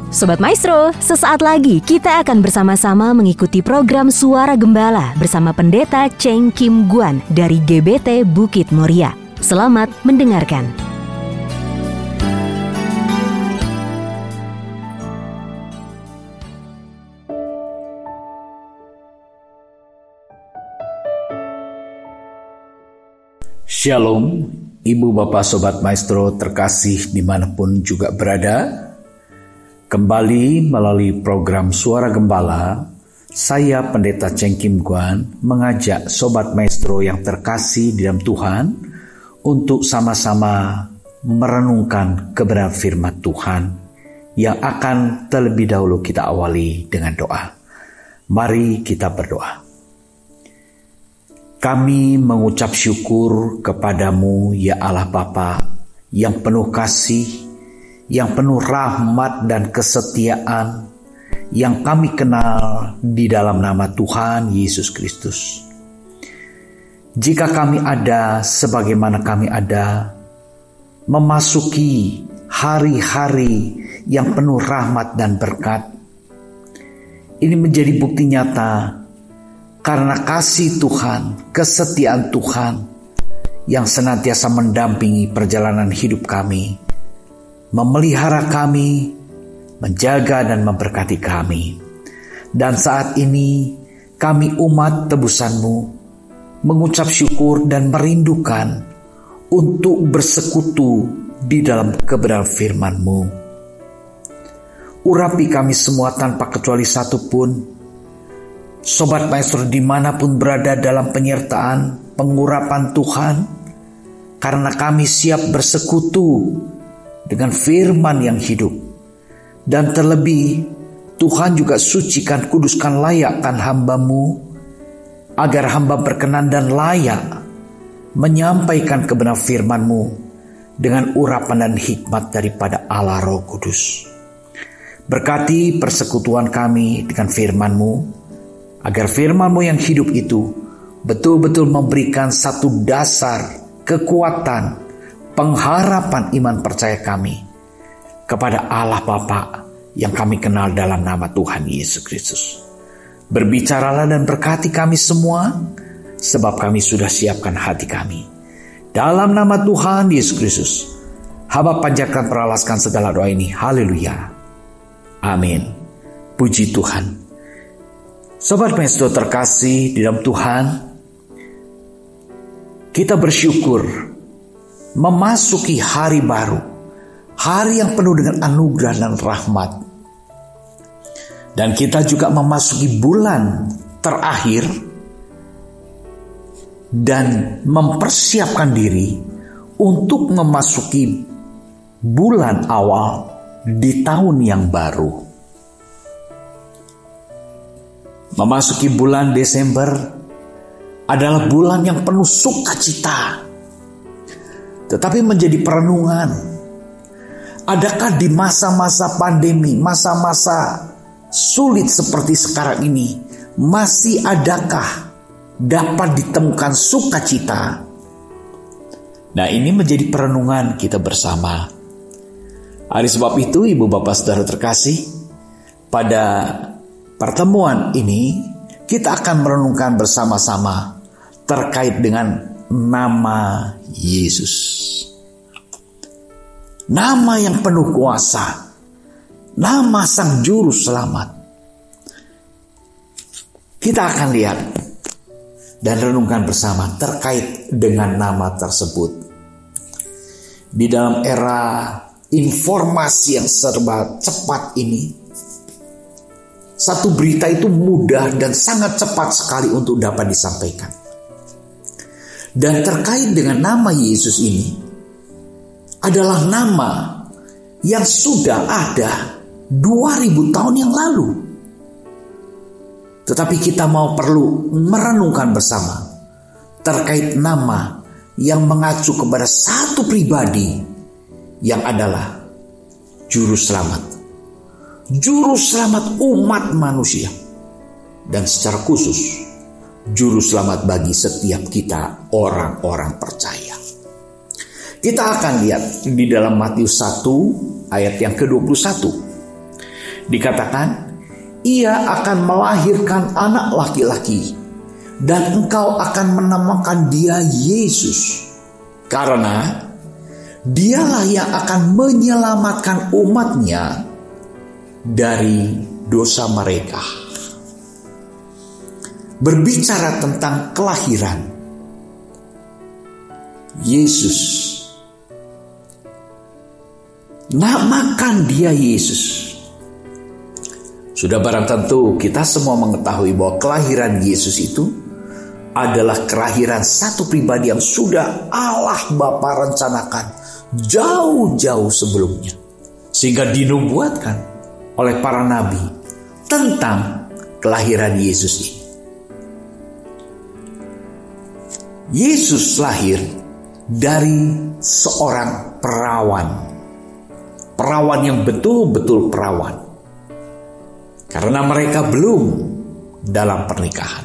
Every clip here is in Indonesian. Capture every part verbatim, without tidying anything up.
Sobat Maestro, sesaat lagi kita akan bersama-sama mengikuti program Suara Gembala bersama Pendeta Cheng Kim Guan dari G B T Bukit Moria. Selamat mendengarkan. Shalom, Ibu Bapak Sobat Maestro terkasih dimanapun juga berada. Kembali melalui program Suara Gembala, saya Pendeta Cheng Kim Guan mengajak Sobat Maestro yang terkasih di dalam Tuhan untuk sama-sama merenungkan kebenaran firman Tuhan yang akan terlebih dahulu kita awali dengan doa. Mari kita berdoa. Kami mengucap syukur kepadamu ya Allah Bapa yang penuh kasih, yang penuh rahmat dan kesetiaan yang kami kenal di dalam nama Tuhan Yesus Kristus. Jika kami ada sebagaimana kami ada, memasuki hari-hari yang penuh rahmat dan berkat, ini menjadi bukti nyata karena kasih Tuhan, kesetiaan Tuhan yang senantiasa mendampingi perjalanan hidup kami, memelihara kami, menjaga dan memberkati kami. Dan saat ini kami umat tebusan-Mu mengucap syukur dan merindukan untuk bersekutu di dalam kebenaran firman-Mu. Urapi kami semua tanpa kecuali satupun. Sobat Maestro dimanapun berada dalam penyertaan pengurapan Tuhan, karena kami siap bersekutu dengan firman yang hidup. Dan terlebih Tuhan juga sucikan, kuduskan, layakkan hamba-Mu, agar hamba berkenan dan layak menyampaikan kebenaran firman-Mu dengan urapan dan hikmat daripada Allah Roh Kudus. Berkati persekutuan kami dengan firman-Mu, agar firman-Mu yang hidup itu betul-betul memberikan satu dasar kekuatan, pengharapan iman percaya kami kepada Allah Bapa yang kami kenal dalam nama Tuhan Yesus Kristus. Berbicaralah dan berkati kami semua, sebab kami sudah siapkan hati kami. Dalam nama Tuhan Yesus Kristus, hamba panjatkan peralaskan segala doa ini. Haleluya. Amin. Puji Tuhan. Sobat Maestro terkasih di dalam Tuhan, kita bersyukur memasuki hari baru, hari yang penuh dengan anugerah dan rahmat. Dan kita juga memasuki bulan terakhir dan mempersiapkan diri untuk memasuki bulan awal di tahun yang baru. Memasuki bulan Desember adalah bulan yang penuh sukacita. Tetapi menjadi perenungan, adakah di masa-masa pandemi, masa-masa sulit seperti sekarang ini, masih adakah dapat ditemukan sukacita? Nah, ini menjadi perenungan kita bersama. Oleh sebab itu, Ibu Bapak Saudara terkasih, pada pertemuan ini kita akan merenungkan bersama-sama terkait dengan nama Yesus. Nama yang penuh kuasa, nama Sang Juru Selamat. Kita akan lihat dan renungkan bersama terkait dengan nama tersebut. Di dalam era informasi yang serba cepat ini, satu berita itu mudah dan sangat cepat sekali untuk dapat disampaikan. Dan terkait dengan nama Yesus ini adalah nama yang sudah ada dua ribu tahun yang lalu. Tetapi kita mau perlu merenungkan bersama terkait nama yang mengacu kepada satu pribadi yang adalah Juru Selamat. Juru Selamat umat manusia. Dan secara khusus Juru Selamat bagi setiap kita orang-orang percaya. Kita akan lihat di dalam Matius satu ayat yang ke dua puluh satu. dikatakan, ia akan melahirkan anak laki-laki dan engkau akan menamakan dia Yesus, karena dialah yang akan menyelamatkan umatnya dari dosa mereka. Berbicara tentang kelahiran Yesus, namakan dia Yesus. Sudah barang tentu kita semua mengetahui bahwa kelahiran Yesus itu adalah kelahiran satu pribadi yang sudah Allah Bapa rencanakan jauh-jauh sebelumnya, sehingga dinubuatkan oleh para nabi tentang kelahiran Yesus ini. Yesus lahir dari seorang perawan. Perawan yang betul-betul perawan. Karena mereka belum dalam pernikahan.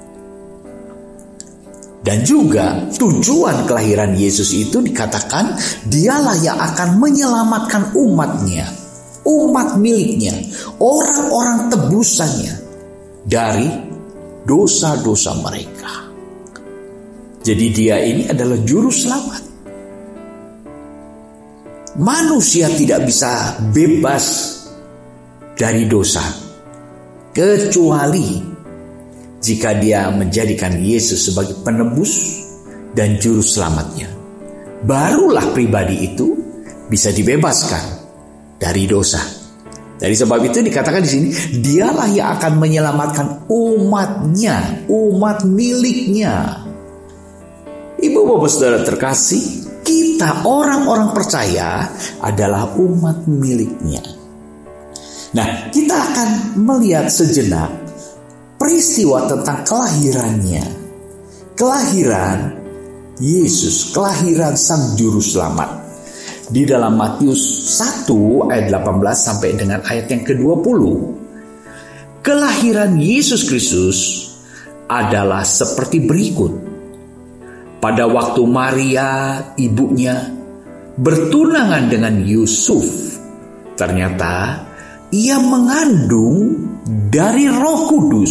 Dan juga tujuan kelahiran Yesus itu dikatakan dialah yang akan menyelamatkan umatnya, umat miliknya, orang-orang tebusannya dari dosa-dosa mereka. Jadi dia ini adalah juru selamat. Manusia tidak bisa bebas dari dosa kecuali jika dia menjadikan Yesus sebagai penebus dan juru selamatnya. Barulah pribadi itu bisa dibebaskan dari dosa. Dari sebab itu dikatakan di sini, dialah yang akan menyelamatkan umatnya, umat miliknya. Ibu bapak saudara terkasih, kita orang-orang percaya adalah umat miliknya. Nah, kita akan melihat sejenak peristiwa tentang kelahirannya. Kelahiran Yesus, kelahiran Sang Juru Selamat. Di dalam Matius satu ayat delapan belas sampai dengan ayat yang kedua puluh. Kelahiran Yesus Kristus adalah seperti berikut. Pada waktu Maria, ibunya, bertunangan dengan Yusuf, ternyata ia mengandung dari Roh Kudus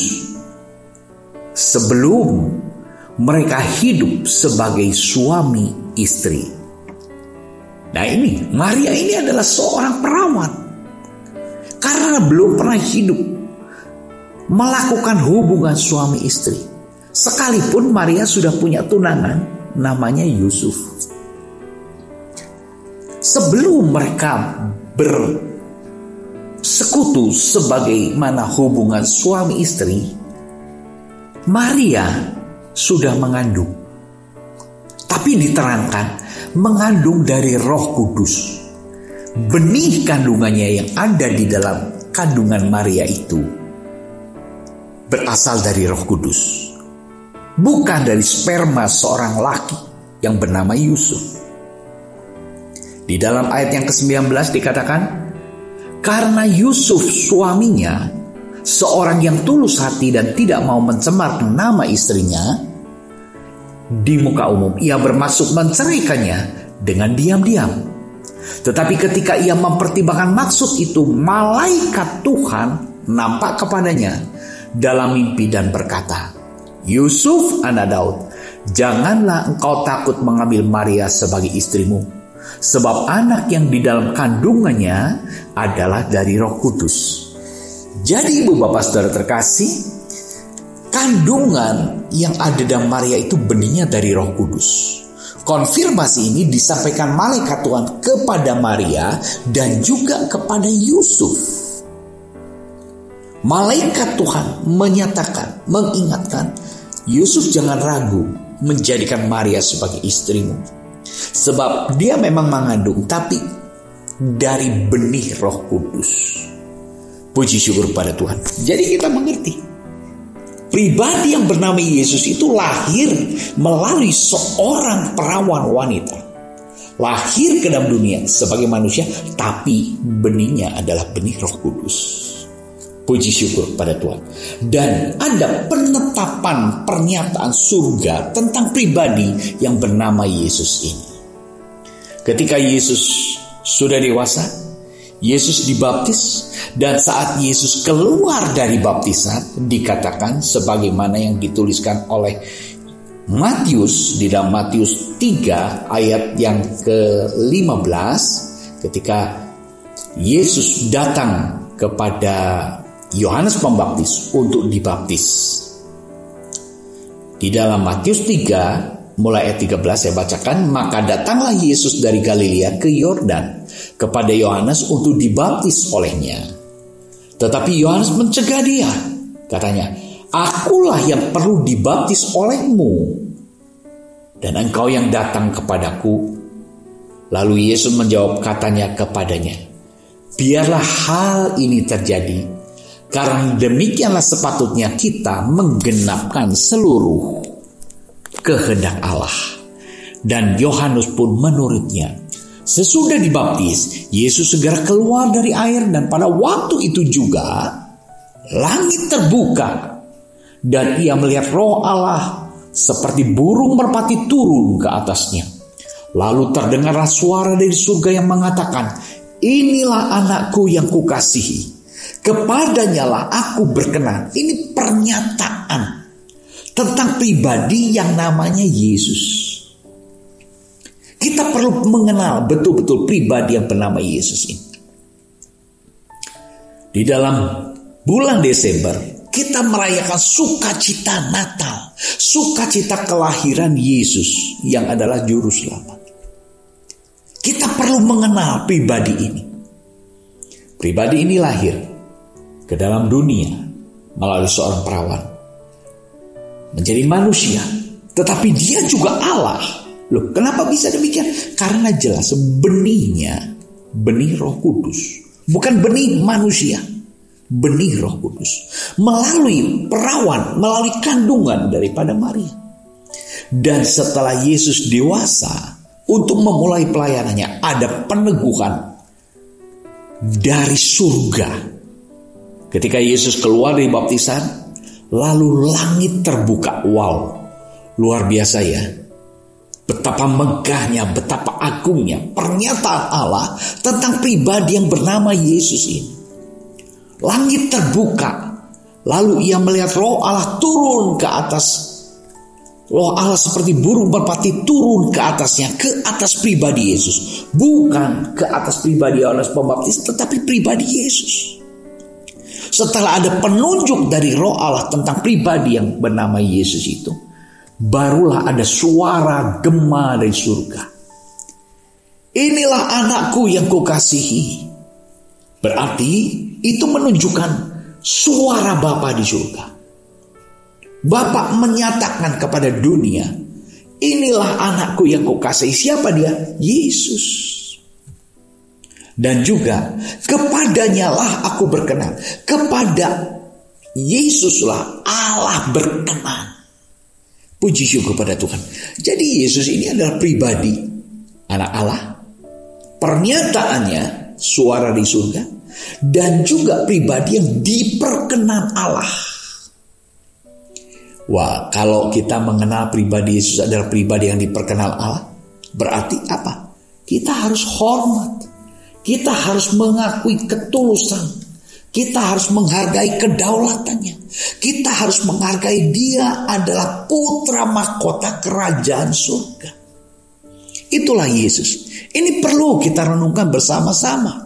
sebelum mereka hidup sebagai suami istri. Nah ini, Maria ini adalah seorang perawan. Karena belum pernah hidup melakukan hubungan suami istri. Sekalipun Maria sudah punya tunangan namanya Yusuf. Sebelum mereka bersekutu sebagaimana hubungan suami istri, Maria sudah mengandung. Tapi diterangkan mengandung dari Roh Kudus. Benih kandungannya yang ada di dalam kandungan Maria itu berasal dari Roh Kudus. Bukan dari sperma seorang laki yang bernama Yusuf. Di dalam ayat yang kesembilan belas dikatakan, karena Yusuf suaminya, seorang yang tulus hati dan tidak mau mencemarkan nama istrinya, di muka umum ia bermaksud menceraikannya dengan diam-diam. Tetapi ketika ia mempertimbangkan maksud itu, malaikat Tuhan nampak kepadanya dalam mimpi dan berkata, Yusuf anak Daud, janganlah engkau takut mengambil Maria sebagai istrimu, sebab anak yang di dalam kandungannya adalah dari Roh Kudus. Jadi ibu bapak saudara terkasih, kandungan yang ada dalam Maria itu benihnya dari Roh Kudus. Konfirmasi ini disampaikan malaikat Tuhan kepada Maria dan juga kepada Yusuf. Malaikat Tuhan menyatakan, mengingatkan, Yusuf jangan ragu menjadikan Maria sebagai istrimu. Sebab dia memang mengandung, tapi dari benih Roh Kudus. Puji syukur pada Tuhan. Jadi kita mengerti, pribadi yang bernama Yesus itu lahir melalui seorang perawan wanita. Lahir ke dalam dunia sebagai manusia, tapi benihnya adalah benih Roh Kudus. Puji syukur pada Tuhan. Dan ada penetapan pernyataan surga tentang pribadi yang bernama Yesus ini. Ketika Yesus sudah dewasa, Yesus dibaptis, dan saat Yesus keluar dari baptisan dikatakan sebagaimana yang dituliskan oleh Matius di dalam Matius tiga ayat yang ke lima belas, ketika Yesus datang kepada Yohanes Pembaptis untuk dibaptis. Di dalam Matius tiga mulai ayat tiga belas saya bacakan, maka datanglah Yesus dari Galilea ke Yordan kepada Yohanes untuk dibaptis olehnya. Tetapi Yohanes mencegah dia, katanya, "Akulah yang perlu dibaptis olehmu, dan engkau yang datang kepadaku." Lalu Yesus menjawab, katanya kepadanya, "Biarlah hal ini terjadi, karena demikianlah sepatutnya kita menggenapkan seluruh kehendak Allah." Dan Yohanes pun menurutnya. Sesudah dibaptis, Yesus segera keluar dari air, dan pada waktu itu juga langit terbuka, dan ia melihat Roh Allah seperti burung merpati turun ke atasnya. Lalu terdengarlah suara dari surga yang mengatakan, "Inilah anakku yang kukasihi, kepadanya lah aku berkenan." Ini pernyataan tentang pribadi yang namanya Yesus. Kita perlu mengenal betul-betul pribadi yang bernama Yesus ini. Di dalam bulan Desember, kita merayakan sukacita Natal, sukacita kelahiran Yesus yang adalah juru selamat. Kita perlu mengenal pribadi ini. Pribadi ini lahir ke dalam dunia melalui seorang perawan, menjadi manusia, tetapi dia juga Allah. Loh, kenapa bisa demikian? Karena jelas benihnya benih Roh Kudus, bukan benih manusia, benih Roh Kudus melalui perawan, melalui kandungan daripada Maria. Dan setelah Yesus dewasa untuk memulai pelayanannya, ada peneguhan dari surga. Ketika Yesus keluar dari baptisan, lalu langit terbuka. Wow, luar biasa ya. Betapa megahnya, betapa agungnya pernyataan Allah tentang pribadi yang bernama Yesus ini. Langit terbuka, lalu ia melihat Roh Allah turun ke atas. Roh Allah seperti burung merpati turun ke atasnya, ke atas pribadi Yesus. Bukan ke atas pribadi Yohanes Pembaptis, tetapi pribadi Yesus. Setelah ada penunjuk dari Roh Allah tentang pribadi yang bernama Yesus itu, barulah ada suara gema dari surga. "Inilah anakku yang kukasihi." Berarti itu menunjukkan suara Bapa di surga. Bapa menyatakan kepada dunia, "Inilah anakku yang kukasihi." Siapa dia? Yesus. Dan juga, "Kepadanya lah aku berkenan." Kepada Yesuslah Allah berkenan. Puji syukur kepada Tuhan. Jadi Yesus ini adalah pribadi anak Allah, pernyataannya suara di surga, dan juga pribadi yang diperkenan Allah. Wah, kalau kita mengenal pribadi Yesus adalah pribadi yang diperkenal Allah, berarti apa? Kita harus hormat, kita harus mengakui ketulusan, kita harus menghargai kedaulatannya. Kita harus menghargai dia adalah putra mahkota kerajaan surga. Itulah Yesus. Ini perlu kita renungkan bersama-sama.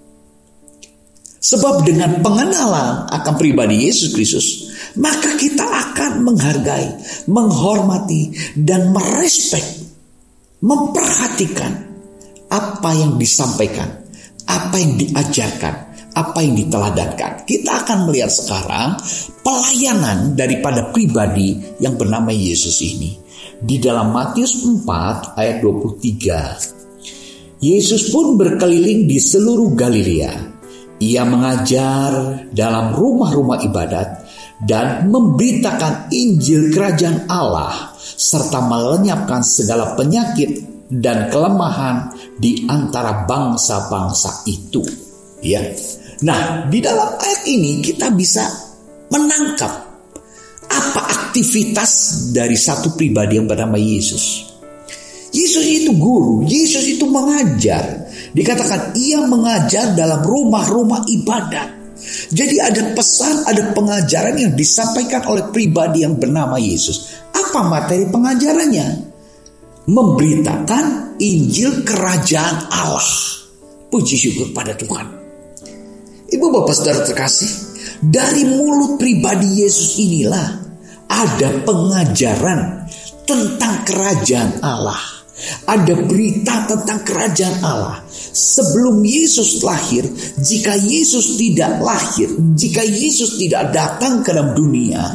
Sebab dengan pengenalan akan pribadi Yesus Kristus, maka kita akan menghargai, menghormati, dan merespek, memperhatikan apa yang disampaikan, apa yang diajarkan, apa yang diteladankan. Kita akan melihat sekarang pelayanan daripada pribadi yang bernama Yesus ini. Di dalam Matius empat ayat dua puluh tiga. Yesus pun berkeliling di seluruh Galilea. Ia mengajar dalam rumah-rumah ibadat dan memberitakan Injil kerajaan Allah, serta melenyapkan segala penyakit dan kelemahan di antara bangsa-bangsa itu. Ya. Nah, di dalam ayat ini kita bisa menangkap apa aktivitas dari satu pribadi yang bernama Yesus. Yesus itu guru, Yesus itu mengajar. Dikatakan ia mengajar dalam rumah-rumah ibadat. Jadi ada pesan, ada pengajaran yang disampaikan oleh pribadi yang bernama Yesus. Apa materi pengajarannya? Memberitakan Injil Kerajaan Allah. Puji syukur pada Tuhan. Ibu bapak saudara terkasih, dari mulut pribadi Yesus inilah ada pengajaran tentang kerajaan Allah. Ada berita tentang kerajaan Allah. Sebelum Yesus lahir, jika Yesus tidak lahir, jika Yesus tidak datang ke dalam dunia,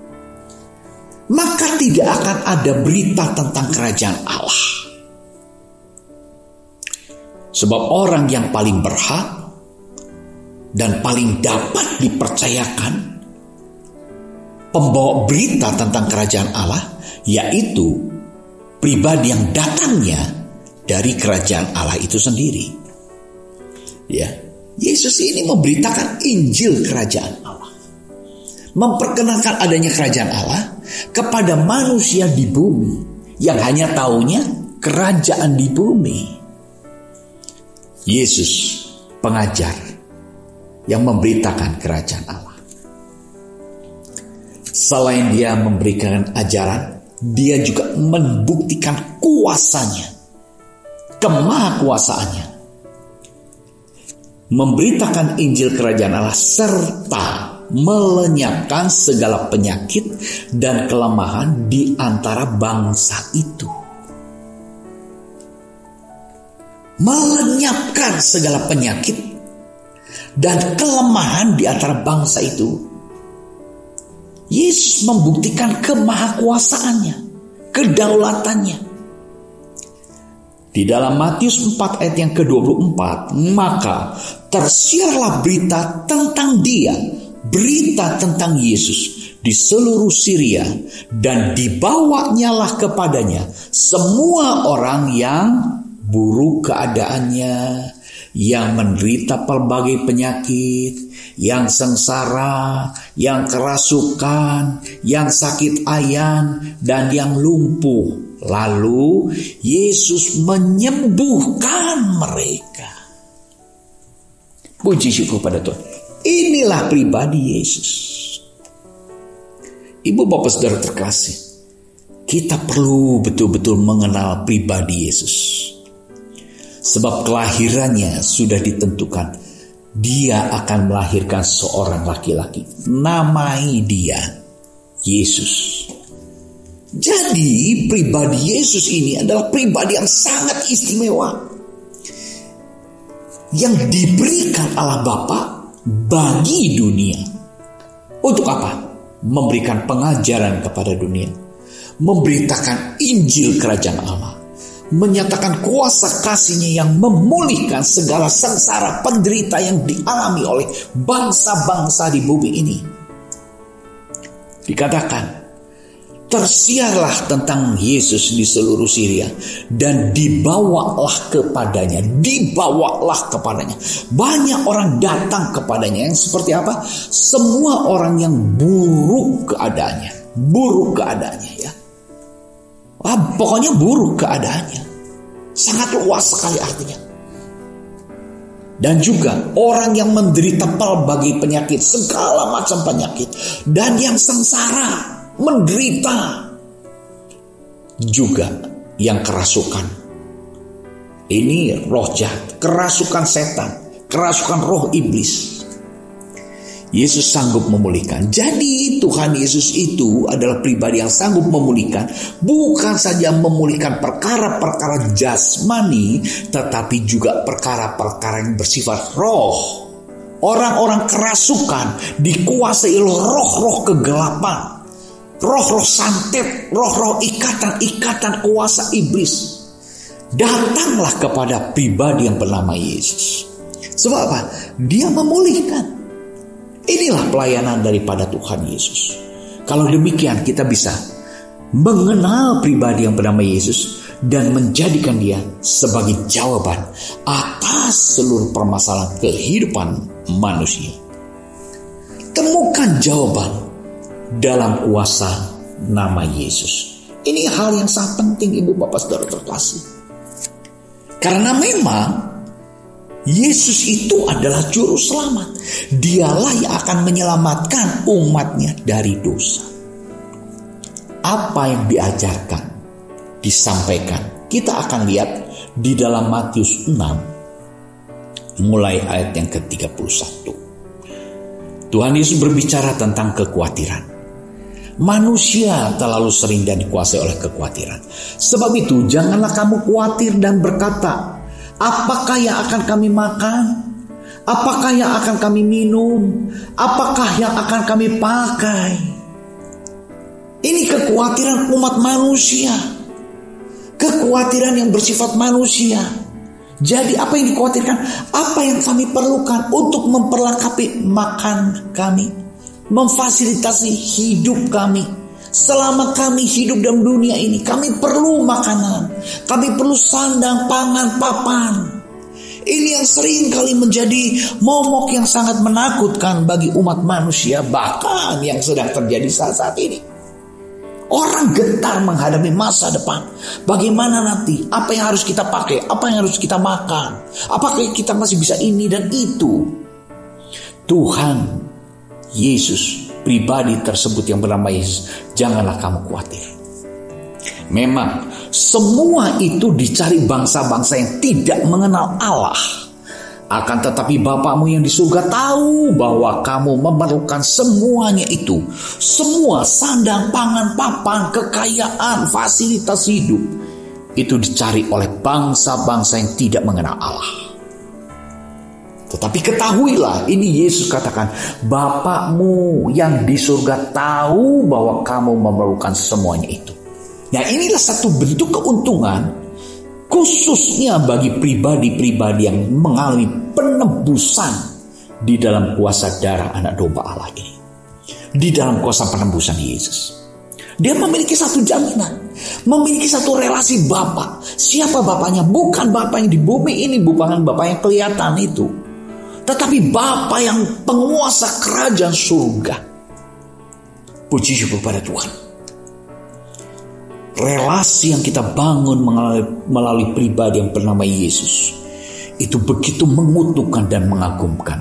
maka tidak akan ada berita tentang kerajaan Allah. Sebab orang yang paling berhak dan paling dapat dipercayakan pembawa berita tentang kerajaan Allah, yaitu pribadi yang datangnya dari kerajaan Allah itu sendiri. Ya, Yesus ini memberitakan Injil kerajaan Allah, memperkenalkan adanya kerajaan Allah kepada manusia di bumi yang hanya taunya kerajaan di bumi. Yesus pengajar yang memberitakan kerajaan Allah. Selain dia memberikan ajaran, dia juga membuktikan kuasanya, kemahakuasaannya, memberitakan Injil Kerajaan Allah serta melenyapkan segala penyakit dan kelemahan di antara bangsa itu. Melenyapkan segala penyakit dan kelemahan di antara bangsa itu. Yesus membuktikan kemahakuasaannya, kedaulatannya. Di dalam Matius empat ayat yang kedua puluh empat, maka tersiarlah berita tentang dia, berita tentang Yesus di seluruh Syria, dan dibawanyalah kepadanya semua orang yang buruk keadaannya, yang menderita pelbagai penyakit, yang sengsara, yang kerasukan, yang sakit ayan, dan yang lumpuh. Lalu Yesus menyembuhkan mereka. Puji syukur pada Tuhan. Inilah pribadi Yesus. Ibu bapak saudara terkasih, kita perlu betul-betul mengenal pribadi Yesus. Sebab kelahirannya sudah ditentukan. Dia akan melahirkan seorang laki-laki. Namai dia Yesus. Jadi pribadi Yesus ini adalah pribadi yang sangat istimewa, yang diberikan Allah Bapa bagi dunia. Untuk apa? Memberikan pengajaran kepada dunia, memberitakan Injil Kerajaan Allah, menyatakan kuasa kasih-Nya yang memulihkan segala sengsara penderita yang dialami oleh bangsa-bangsa di bumi ini. Dikatakan, tersiarlah tentang Yesus di seluruh Syria, dan dibawalah kepadanya, dibawalah kepadanya. Banyak orang datang kepadanya yang seperti apa? Semua orang yang buruk keadaannya, buruk keadaannya ya. Wah, pokoknya buruk keadaannya. Sangat luas sekali artinya. Dan juga orang yang menderita pelbagai penyakit, segala macam penyakit, dan yang sengsara, menderita. Juga yang kerasukan. Ini roh jahat, kerasukan setan, kerasukan roh iblis. Yesus sanggup memulihkan. Jadi Tuhan Yesus itu adalah pribadi yang sanggup memulihkan. Bukan saja memulihkan perkara-perkara jasmani, tetapi juga perkara-perkara yang bersifat roh. Orang-orang kerasukan dikuasai oleh roh-roh kegelapan, roh-roh santet, roh-roh ikatan-ikatan kuasa iblis. Datanglah kepada pribadi yang bernama Yesus. Sebab apa? Dia memulihkan. Inilah pelayanan daripada Tuhan Yesus. Kalau demikian kita bisa mengenal pribadi yang bernama Yesus dan menjadikan dia sebagai jawaban atas seluruh permasalahan kehidupan manusia. Temukan jawaban dalam kuasa nama Yesus. Ini hal yang sangat penting ibu bapak saudara terkasih. Karena memang Yesus itu adalah juru selamat. Dialah yang akan menyelamatkan umatnya dari dosa. Apa yang diajarkan, disampaikan, kita akan lihat di dalam Matius enam, mulai ayat yang ke tiga puluh satu. Tuhan Yesus berbicara tentang kekhawatiran. Manusia terlalu sering dan dikuasai oleh kekhawatiran. Sebab itu janganlah kamu khawatir dan berkata, apakah yang akan kami makan? Apakah yang akan kami minum? Apakah yang akan kami pakai? Ini kekhawatiran umat manusia. Kekhawatiran yang bersifat manusia. Jadi apa yang dikhawatirkan? Apa yang kami perlukan untuk memperlengkapi makan kami, memfasilitasi hidup kami. Selama kami hidup dalam dunia ini, kami perlu makanan, kami perlu sandang, pangan, papan. Ini yang sering kali menjadi momok yang sangat menakutkan bagi umat manusia, bahkan yang sedang terjadi saat-saat ini. Orang gentar menghadapi masa depan. Bagaimana nanti? Apa yang harus kita pakai? Apa yang harus kita makan? Apakah kita masih bisa ini dan itu? Tuhan Yesus, pribadi tersebut yang bernama Yesus, janganlah kamu khawatir. Memang semua itu dicari bangsa-bangsa yang tidak mengenal Allah. Akan tetapi Bapamu yang di surga tahu bahwa kamu memerlukan semuanya itu. Semua sandang, pangan, papan, kekayaan, fasilitas hidup. Itu dicari oleh bangsa-bangsa yang tidak mengenal Allah. Tetapi ketahuilah, ini Yesus katakan, Bapakmu yang di surga tahu bahwa kamu memerlukan semuanya itu. Nah, inilah satu bentuk keuntungan khususnya bagi pribadi-pribadi yang mengalami penebusan di dalam kuasa darah anak domba Allah ini. Di dalam kuasa penebusan Yesus. Dia memiliki satu jaminan. Memiliki satu relasi Bapa. Siapa Bapaknya? Bukan Bapa yang di bumi ini. Bukan Bapa yang kelihatan itu. Tetapi Bapa yang penguasa kerajaan surga. Puji syukur pada Tuhan. Relasi yang kita bangun melalui, melalui pribadi yang bernama Yesus itu begitu menguntungkan dan mengagumkan.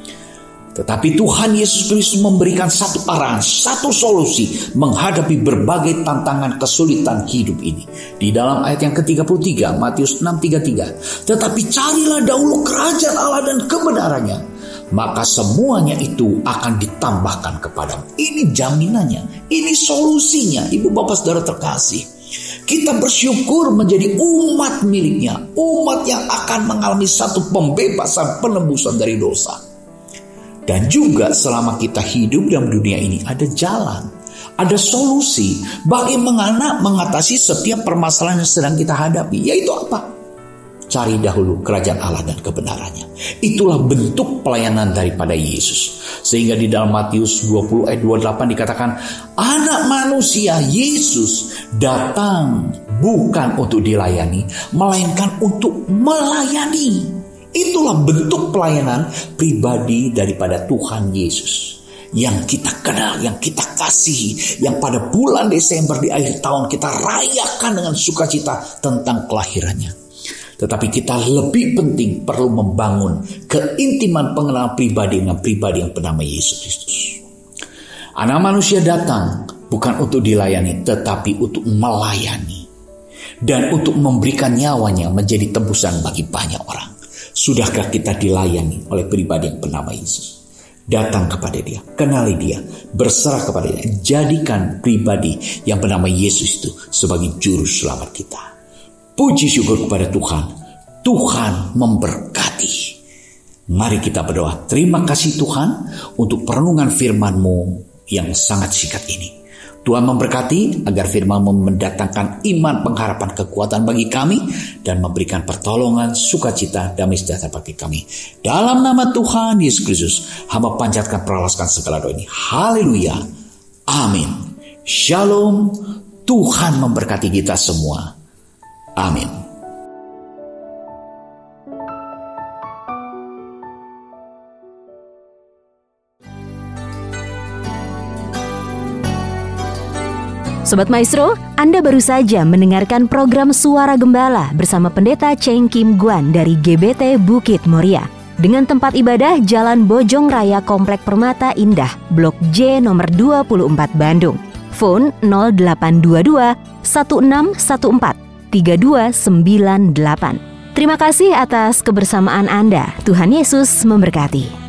Tetapi Tuhan Yesus Kristus memberikan satu arahan, satu solusi menghadapi berbagai tantangan kesulitan hidup ini. Di dalam ayat yang ke tiga puluh tiga, Matius enam tiga puluh tiga. Tetapi carilah dahulu kerajaan Allah dan kebenarannya, maka semuanya itu akan ditambahkan kepadamu. Ini jaminannya, ini solusinya. Ibu bapak saudara terkasih, kita bersyukur menjadi umat miliknya, umat yang akan mengalami satu pembebasan, penebusan dari dosa. Dan juga selama kita hidup dalam dunia ini ada jalan, ada solusi bagaimana mengatasi setiap permasalahan yang sedang kita hadapi. Yaitu apa? Cari dahulu kerajaan Allah dan kebenarannya. Itulah bentuk pelayanan daripada Yesus. Sehingga di dalam Matius dua puluh ayat dua puluh delapan dikatakan, anak manusia Yesus datang bukan untuk dilayani, melainkan untuk melayani. Itulah bentuk pelayanan pribadi daripada Tuhan Yesus. Yang kita kenal, yang kita kasihi, yang pada bulan Desember di akhir tahun kita rayakan dengan sukacita tentang kelahirannya. Tetapi kita lebih penting perlu membangun keintiman pengenalan pribadi dengan pribadi yang bernama Yesus Kristus. Anak manusia datang bukan untuk dilayani, tetapi untuk melayani. Dan untuk memberikan nyawanya menjadi tebusan bagi banyak orang. Sudahkah kita dilayani oleh pribadi yang bernama Yesus? Datang kepada dia, kenali dia, berserah kepada dia. Jadikan pribadi yang bernama Yesus itu sebagai juru selamat kita. Puji syukur kepada Tuhan. Tuhan memberkati. Mari kita berdoa. Terima kasih Tuhan untuk perenungan firman-Mu yang sangat singkat ini. Tuhan memberkati agar firman-Mu mendatangkan iman, pengharapan, kekuatan bagi kami dan memberikan pertolongan, sukacita, damai sejahtera bagi kami. Dalam nama Tuhan Yesus Kristus, hamba panjatkan peralasan segala doa ini. Haleluya. Amin. Shalom. Tuhan memberkati kita semua. Amin. Sobat Maestro, Anda baru saja mendengarkan program Suara Gembala bersama Pendeta Cheng Kim Guan dari G B T Bukit Moria. Dengan tempat ibadah Jalan Bojong Raya Komplek Permata Indah, Blok J nomor dua puluh empat Bandung. Phone nol delapan dua dua satu enam satu empat tiga dua sembilan delapan. Terima kasih atas kebersamaan Anda. Tuhan Yesus memberkati.